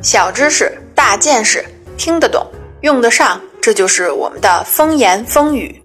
小知识，大见识，听得懂，用得上，这就是我们的风言风语。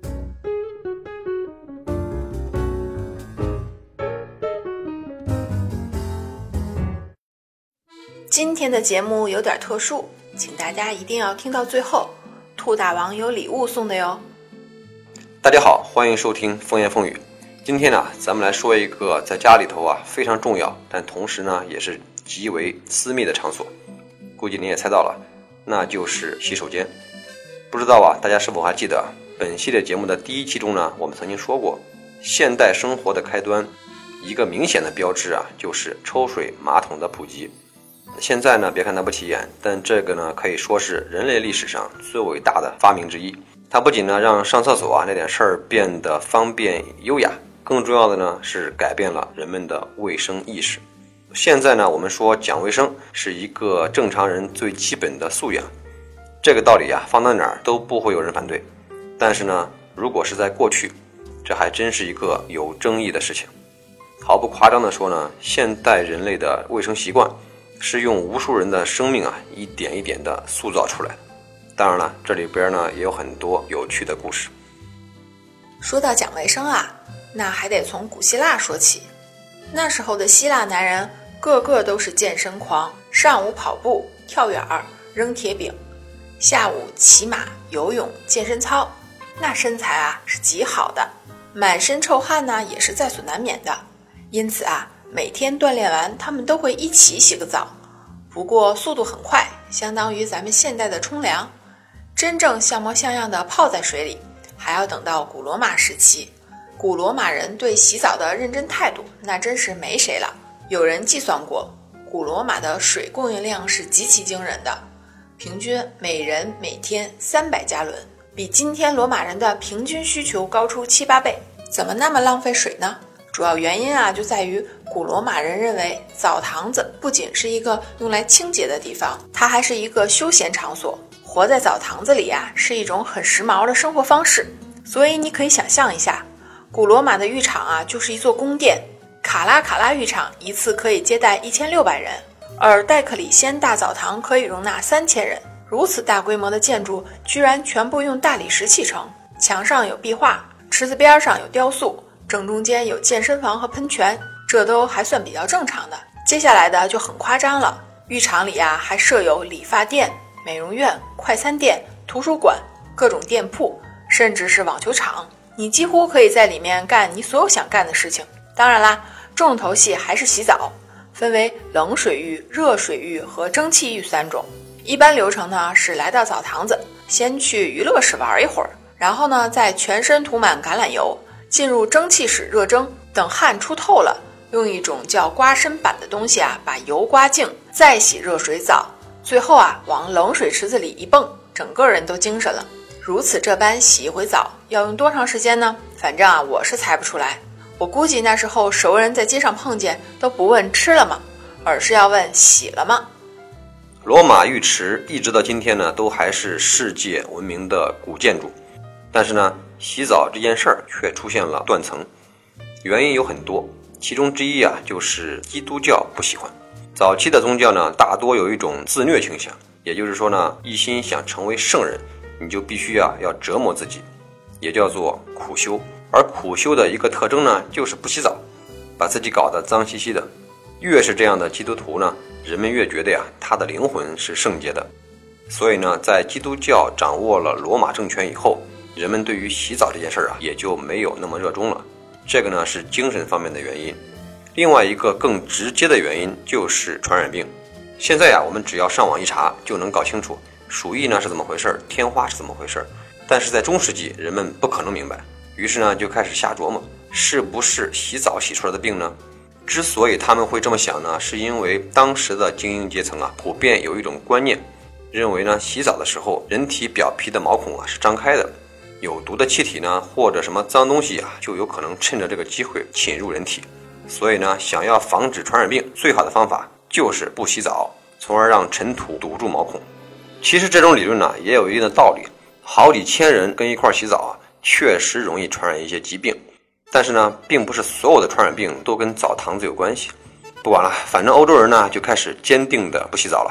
今天的节目有点特殊，请大家一定要听到最后，兔大王有礼物送的哟。 大家好，欢迎收听风言风语。今天呢，咱们来说一个在家里头非常重要，但同时呢也是极为私密的场所。估计你也猜到了，那就是洗手间。不知道大家是否还记得本系列节目的第一期中呢，我们曾经说过，现代生活的开端，一个明显的标志就是抽水马桶的普及。现在呢，别看它不起眼，但这个呢可以说是人类历史上最伟大的发明之一。它不仅呢让上厕所那点事儿变得方便优雅，更重要的呢是改变了人们的卫生意识。现在呢，我们说讲卫生是一个正常人最基本的素养，这个道理放到哪儿都不会有人反对。但是呢，如果是在过去，这还真是一个有争议的事情。毫不夸张地说呢，现代人类的卫生习惯是用无数人的生命一点一点地塑造出来的。当然了，这里边呢也有很多有趣的故事。 说到讲卫生那还得从古希腊说起。那时候的希腊男人个个都是健身狂，上午跑步、跳远、扔铁饼，下午骑马、游泳、健身操，那身材是极好的，满身臭汗呢也是在所难免的。因此每天锻炼完，他们都会一起洗个澡，不过速度很快，相当于咱们现代的冲凉。真正像模像样的泡在水里，还要等到古罗马时期。古罗马人对洗澡的认真态度，那真是没谁了。有人计算过，古罗马的水供应量是极其惊人的，平均每人每天300加仑，比今天罗马人的平均需求高出7、8倍。怎么那么浪费水呢？主要原因就在于古罗马人认为澡堂子不仅是一个用来清洁的地方，它还是一个休闲场所。活在澡堂子里是一种很时髦的生活方式。所以你可以想象一下，古罗马的浴场就是一座宫殿。卡拉浴场一次可以接待1600人，而戴克里先大澡堂可以容纳3000人。如此大规模的建筑居然全部用大理石砌成，墙上有壁画，池子边上有雕塑，正中间有健身房和喷泉，这都还算比较正常的。接下来的就很夸张了，浴场里还设有理发店、美容院、快餐店、图书馆、各种店铺，甚至是网球场，你几乎可以在里面干你所有想干的事情。当然啦，重头戏还是洗澡，分为冷水浴、热水浴和蒸汽浴3种。一般流程呢是来到澡堂子，先去娱乐室玩一会儿，然后呢再全身涂满橄榄油，进入蒸汽室热蒸，等汗出透了，用一种叫刮身板的东西把油刮净，再洗热水澡，最后往冷水池子里一蹦，整个人都精神了。如此这般洗一回澡要用多长时间呢？反正我是猜不出来。我估计那时候熟人在街上碰见都不问吃了吗，而是要问洗了吗。 罗马浴池一直到今天呢，都还是世界闻名的古建筑。但是呢，洗澡这件事儿却出现了断层。原因有很多，其中之一就是基督教不喜欢。早期的宗教呢，大多有一种自虐倾向，也就是说呢，一心想成为圣人，你就必须要折磨自己，也叫做苦修。而苦修的一个特征呢，就是不洗澡，把自己搞得脏兮兮的。越是这样的基督徒呢，人们越觉得他的灵魂是圣洁的。所以呢，在基督教掌握了罗马政权以后，人们对于洗澡这件事也就没有那么热衷了。这个呢是精神方面的原因。另外一个更直接的原因就是传染病。现在我们只要上网一查就能搞清楚鼠疫呢是怎么回事，天花是怎么回事。但是在中世纪人们不可能明白，于是呢就开始瞎琢磨，是不是洗澡洗出来的病呢？之所以他们会这么想呢，是因为当时的精英阶层普遍有一种观念，认为呢洗澡的时候人体表皮的毛孔是张开的，有毒的气体呢或者什么脏东西就有可能趁着这个机会侵入人体。所以呢，想要防止传染病，最好的方法就是不洗澡，从而让尘土堵住毛孔。其实这种理论呢也有一定的道理，好几千人跟一块洗澡确实容易传染一些疾病，但是呢，并不是所有的传染病都跟澡堂子有关系。不管了，反正欧洲人呢就开始坚定的不洗澡了。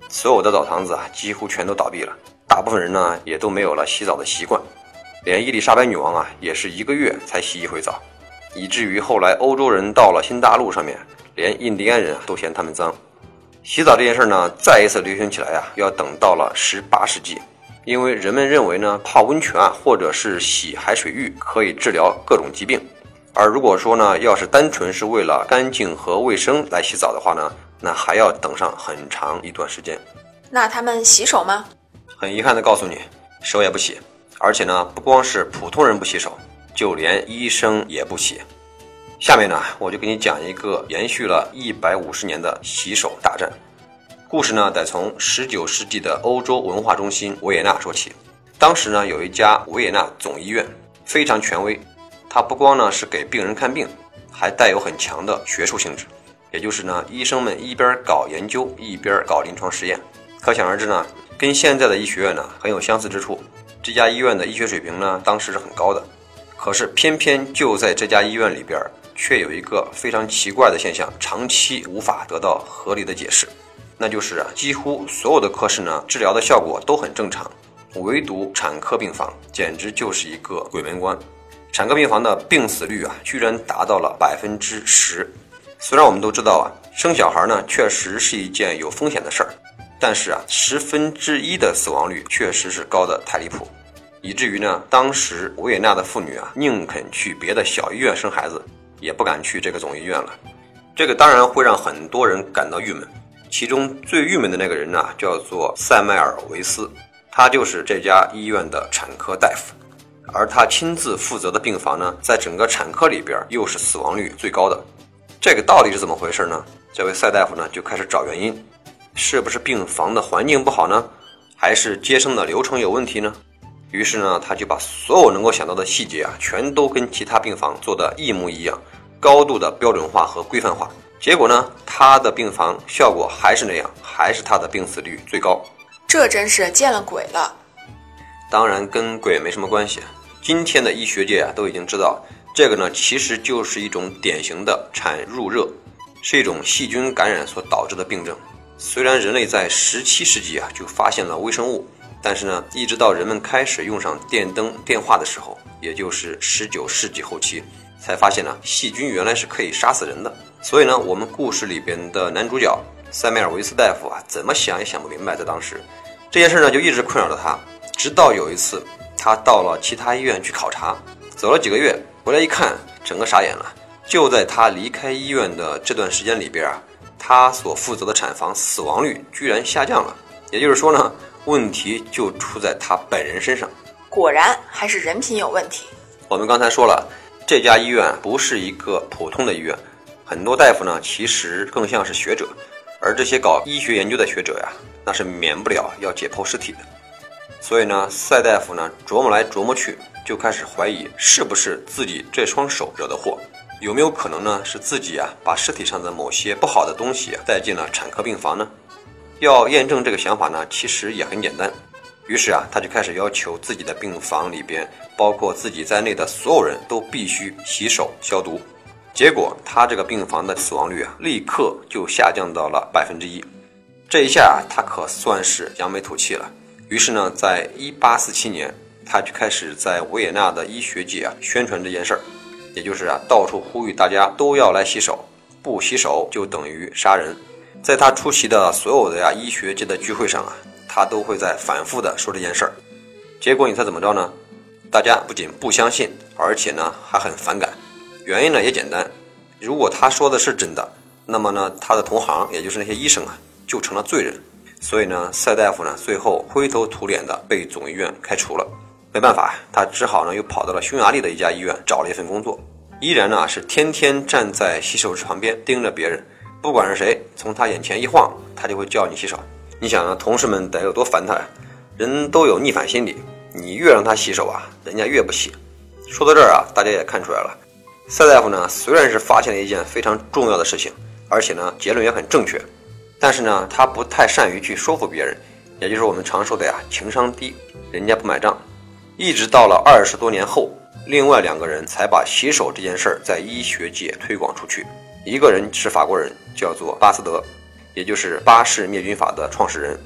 所有的澡堂子几乎全都倒闭了，大部分人呢也都没有了洗澡的习惯，连伊丽莎白女王也是1个月才洗一回澡，以至于后来欧洲人到了新大陆上面，连印第安人都嫌他们脏。洗澡这件事呢，再一次流行起来要等到了18世纪，因为人们认为呢，泡温泉或者是洗海水浴可以治疗各种疾病，而如果说呢，要是单纯是为了干净和卫生来洗澡的话呢，那还要等上很长一段时间。 那他们洗手吗？ 很遗憾地告诉你，手也不洗，而且呢，不光是普通人不洗手，就连医生也不洗。下面呢，我就给你讲一个延续了150年的洗手大战。故事呢，得从19世纪的欧洲文化中心维也纳说起。当时呢，有一家维也纳总医院，非常权威。它不光呢是给病人看病，还带有很强的学术性质。也就是呢，医生们一边搞研究，一边搞临床实验。可想而知呢，跟现在的医学院呢很有相似之处。这家医院的医学水平呢，当时是很高的。可是偏偏就在这家医院里边，却有一个非常奇怪的现象，长期无法得到合理的解释，那就是几乎所有的科室呢，治疗的效果都很正常，唯独产科病房简直就是一个鬼门关。产科病房的病死率居然达到了10%。虽然我们都知道生小孩呢确实是一件有风险的事儿，但是1/10的死亡率确实是高的太离谱，以至于呢，当时维也纳的妇女宁肯去别的小医院生孩子，也不敢去这个总医院了。这个当然会让很多人感到郁闷，其中最郁闷的那个人呢，叫做塞麦尔维斯，他就是这家医院的产科大夫，而他亲自负责的病房呢，在整个产科里边又是死亡率最高的。这个到底是怎么回事呢？这位塞大夫呢就开始找原因，是不是病房的环境不好呢？还是接生的流程有问题呢？于是呢，他就把所有能够想到的细节全都跟其他病房做的一模一样，高度的标准化和规范化。结果呢，他的病房效果还是那样，还是他的病死率最高。 这真是见了鬼了。 当然跟鬼没什么关系，今天的医学界都已经知道，这个呢其实就是一种典型的产褥热，是一种细菌感染所导致的病症。虽然人类在17世纪就发现了微生物，但是呢，一直到人们开始用上电灯、电话的时候，也就是19世纪后期，才发现呢，细菌原来是可以杀死人的。所以呢，我们故事里边的男主角塞梅尔维斯大夫怎么想也想不明白，在当时这件事呢，就一直困扰着他。直到有一次，他到了其他医院去考察，走了几个月，回来一看，整个傻眼了。就在他离开医院的这段时间里边他所负责的产房死亡率居然下降了。也就是说呢，问题就出在他本人身上。 果然还是人品有问题。 我们刚才说了，这家医院不是一个普通的医院，很多大夫呢其实更像是学者，而这些搞医学研究的学者那是免不了要解剖尸体的。所以呢，塞大夫呢琢磨来琢磨去，就开始怀疑是不是自己这双手惹的祸，有没有可能呢是自己把尸体上的某些不好的东西带进了产科病房呢？要验证这个想法呢，其实也很简单。于是他就开始要求自己的病房里边，包括自己在内的所有人都必须洗手消毒。结果他这个病房的死亡率立刻就下降到了1%。这一下他可算是扬眉吐气了。于是呢，在1847年，他就开始在维也纳的医学界宣传这件事儿，也就是到处呼吁大家都要来洗手，不洗手就等于杀人。在他出席的所有的医学界的聚会上他都会在反复的说这件事儿。结果你猜怎么着呢？大家不仅不相信，而且呢还很反感。原因呢也简单，如果他说的是真的，那么呢他的同行，也就是那些医生就成了罪人。所以呢，塞大夫呢最后灰头土脸的被总医院开除了。没办法，他只好呢又跑到了匈牙利的一家医院找了一份工作，依然呢是天天站在洗手池旁边盯着别人，不管是谁从他眼前一晃，他就会叫你洗手。你想呢，同事们得有多烦他呀？人都有逆反心理，你越让他洗手人家越不洗。说到这儿大家也看出来了，塞大夫呢虽然是发现了一件非常重要的事情，而且呢结论也很正确，但是呢他不太善于去说服别人，也就是我们常说的情商低，人家不买账。一直到了20多年后，另外2个人才把洗手这件事儿在医学界推广出去。一个人是法国人，叫做巴斯德，也就是巴氏灭菌法的创始人，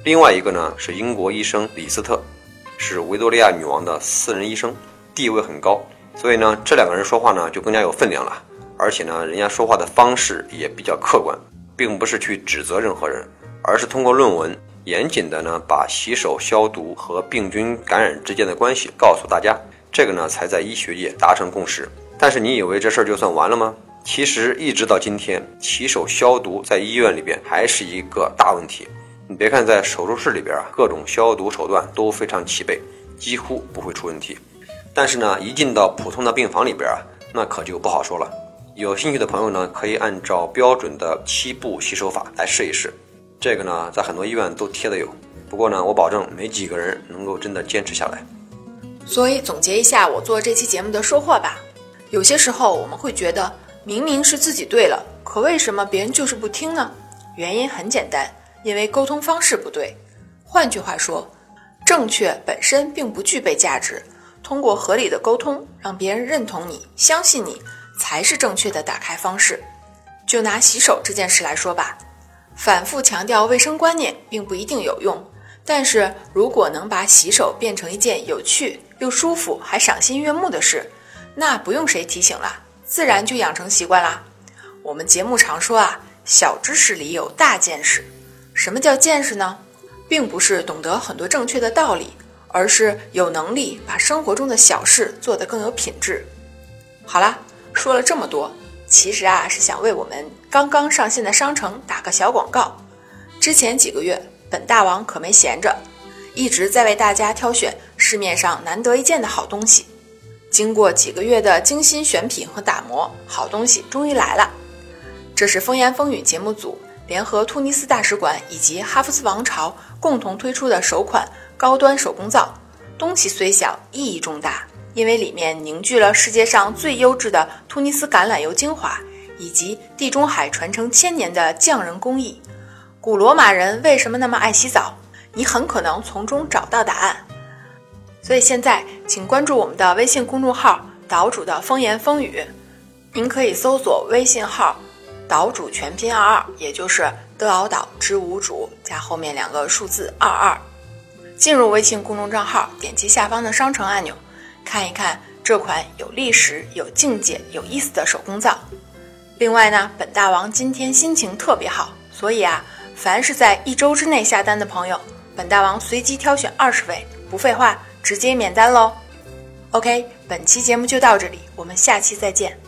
另外一个呢是英国医生李斯特，是维多利亚女王的私人医生，地位很高，所以呢这两个人说话呢就更加有分量了，而且呢人家说话的方式也比较客观，并不是去指责任何人，而是通过论文严谨的呢把洗手消毒和病菌感染之间的关系告诉大家，这个呢才在医学界达成共识。但是你以为这事儿就算完了吗？其实一直到今天，洗手消毒在医院里边还是一个大问题。你别看在手术室里边各种消毒手段都非常齐备，几乎不会出问题，但是呢一进到普通的病房里边那可就不好说了。有兴趣的朋友呢可以按照标准的7步洗手法来试一试，这个呢在很多医院都贴的有，不过呢我保证没几个人能够真的坚持下来。 所以总结一下我做这期节目的收获吧，有些时候我们会觉得明明是自己对了，可为什么别人就是不听呢？原因很简单，因为沟通方式不对。换句话说，正确本身并不具备价值，通过合理的沟通让别人认同你、相信你，才是正确的打开方式。就拿洗手这件事来说吧，反复强调卫生观念并不一定有用，但是如果能把洗手变成一件有趣又舒服还赏心悦目的事，那不用谁提醒了，自然就养成习惯啦。我们节目常说小知识里有大见识。什么叫见识呢？并不是懂得很多正确的道理，而是有能力把生活中的小事做得更有品质。好啦，说了这么多，其实是想为我们刚刚上线的商城打个小广告。之前几个月本大王可没闲着，一直在为大家挑选市面上难得一见的好东西。经过几个月的精心选品和打磨，好东西终于来了。这是风言风语节目组联合突尼斯大使馆以及哈弗斯王朝共同推出的首款高端手工皂，东西虽小，意义重大，因为里面凝聚了世界上最优质的突尼斯橄榄油精华，以及地中海传承1000年的匠人工艺。古罗马人为什么那么爱洗澡？你很可能从中找到答案。所以现在请关注我们的微信公众号岛主的风言风语，您可以搜索微信号岛主全拼22，也就是德奥岛之无主加后面2个数字22。进入微信公众账号，点击下方的商城按钮，看一看这款有历史、有境界、有意思的手工皂。另外呢，本大王今天心情特别好，所以凡是在1周之内下单的朋友，本大王随机挑选20位，不废话，直接免单咯。OK， 本期节目就到这里，我们下期再见。